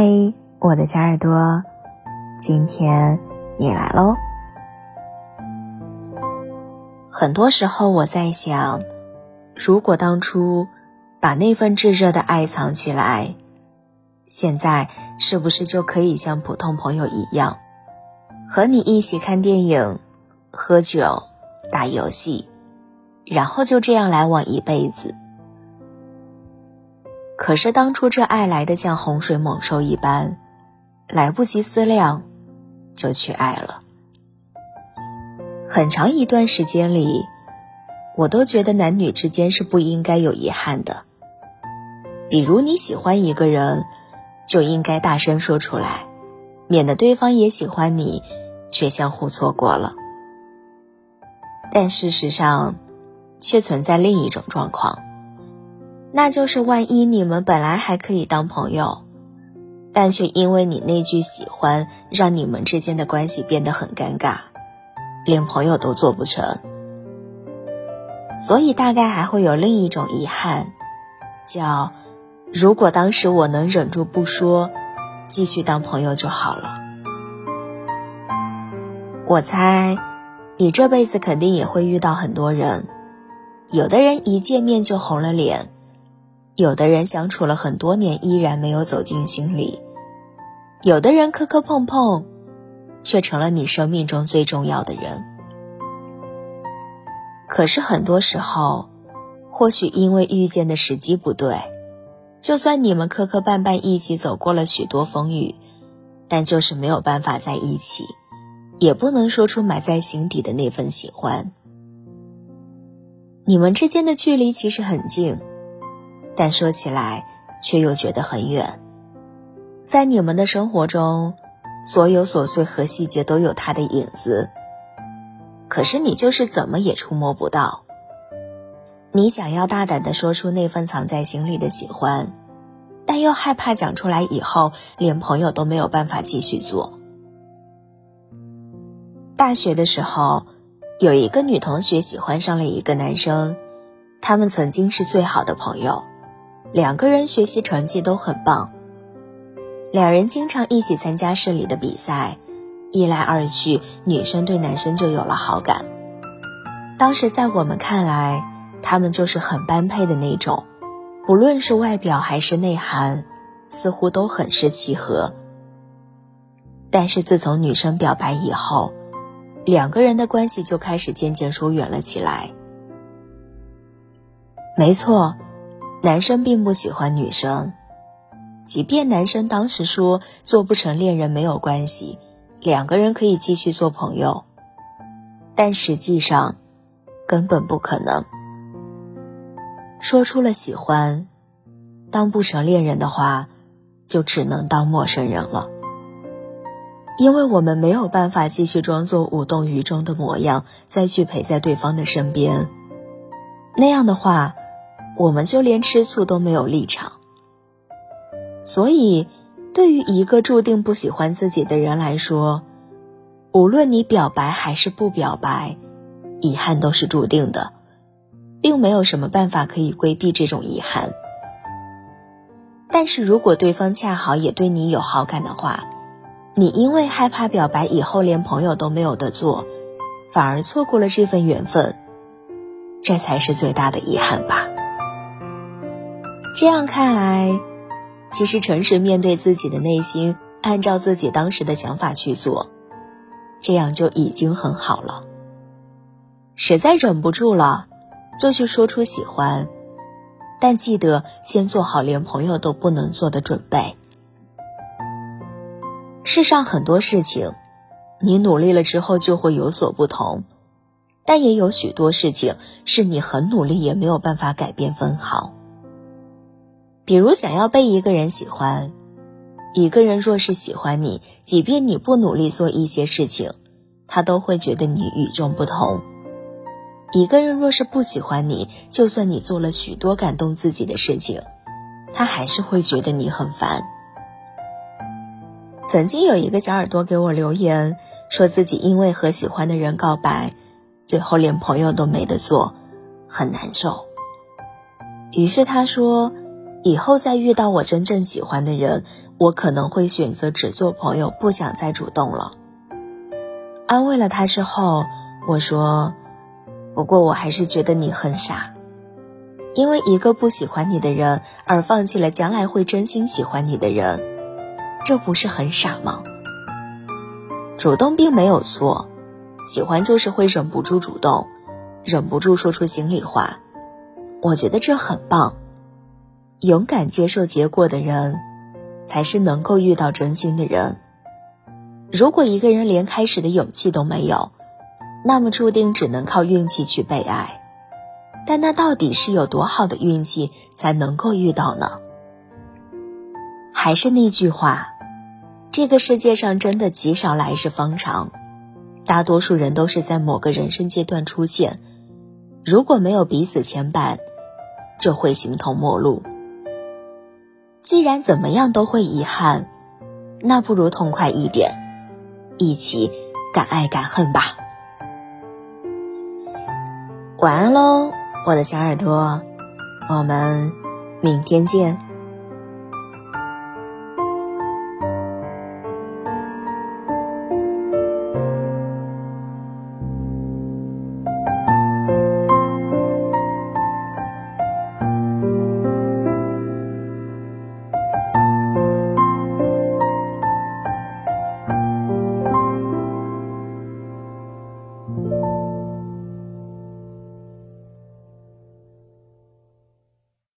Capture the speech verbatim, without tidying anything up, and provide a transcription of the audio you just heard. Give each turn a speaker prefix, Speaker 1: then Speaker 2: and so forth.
Speaker 1: 嗨，我的小耳朵，今天你来咯。很多时候我在想，如果当初把那份炙热的爱藏起来，现在是不是就可以像普通朋友一样，和你一起看电影、喝酒、打游戏，然后就这样来往一辈子。可是当初这爱来得像洪水猛兽一般，来不及思量就去爱了。很长一段时间里，我都觉得男女之间是不应该有遗憾的。比如你喜欢一个人，就应该大声说出来，免得对方也喜欢你，却相互错过了。但事实上，却存在另一种状况，那就是万一你们本来还可以当朋友，但却因为你那句喜欢，让你们之间的关系变得很尴尬，连朋友都做不成。所以大概还会有另一种遗憾，叫如果当时我能忍住不说，继续当朋友就好了。我猜你这辈子肯定也会遇到很多人，有的人一见面就红了脸，有的人相处了很多年依然没有走进心里，有的人磕磕碰碰，却成了你生命中最重要的人。可是很多时候，或许因为遇见的时机不对，就算你们磕磕绊绊一起走过了许多风雨，但就是没有办法在一起，也不能说出埋在心底的那份喜欢。你们之间的距离其实很近，但说起来却又觉得很远。在你们的生活中，所有琐碎和细节都有它的影子，可是你就是怎么也触摸不到。你想要大胆地说出那份藏在心里的喜欢，但又害怕讲出来以后连朋友都没有办法继续做。大学的时候，有一个女同学喜欢上了一个男生，他们曾经是最好的朋友，两个人学习成绩都很棒，两人经常一起参加市里的比赛，一来二去，女生对男生就有了好感。当时在我们看来，他们就是很般配的那种，不论是外表还是内涵，似乎都很是契合。但是自从女生表白以后，两个人的关系就开始渐渐疏远了起来。没错，男生并不喜欢女生，即便男生当时说做不成恋人没有关系，两个人可以继续做朋友，但实际上根本不可能。说出了喜欢，当不成恋人的话，就只能当陌生人了。因为我们没有办法继续装作无动于衷的模样，再去陪在对方的身边，那样的话，我们就连吃醋都没有立场。所以对于一个注定不喜欢自己的人来说，无论你表白还是不表白，遗憾都是注定的，并没有什么办法可以规避这种遗憾。但是如果对方恰好也对你有好感的话，你因为害怕表白以后连朋友都没有得做，反而错过了这份缘分，这才是最大的遗憾吧。这样看来，其实诚实面对自己的内心，按照自己当时的想法去做，这样就已经很好了。实在忍不住了，就去说出喜欢，但记得先做好连朋友都不能做的准备。世上很多事情，你努力了之后就会有所不同，但也有许多事情是你很努力也没有办法改变分毫。比如想要被一个人喜欢，一个人若是喜欢你，即便你不努力做一些事情，他都会觉得你与众不同。一个人若是不喜欢你，就算你做了许多感动自己的事情，他还是会觉得你很烦。曾经有一个小耳朵给我留言，说自己因为和喜欢的人告白，最后连朋友都没得做，很难受。于是他说， 以后再遇到我真正喜欢的人，我可能会选择只做朋友，不想再主动了。安慰了他之后，我说，不过我还是觉得你很傻，因为一个不喜欢你的人而放弃了将来会真心喜欢你的人，这不是很傻吗？主动并没有错，喜欢就是会忍不住主动，忍不住说出心里话，我觉得这很棒。勇敢接受结果的人，才是能够遇到真心的人。如果一个人连开始的勇气都没有，那么注定只能靠运气去被爱。但那到底是有多好的运气才能够遇到呢？还是那句话，这个世界上真的极少来日方长，大多数人都是在某个人生阶段出现，如果没有彼此牵绊，就会形同陌路。既然怎么样都会遗憾，那不如痛快一点，一起敢爱敢恨吧。晚安喽，我的小耳朵，我们明天见。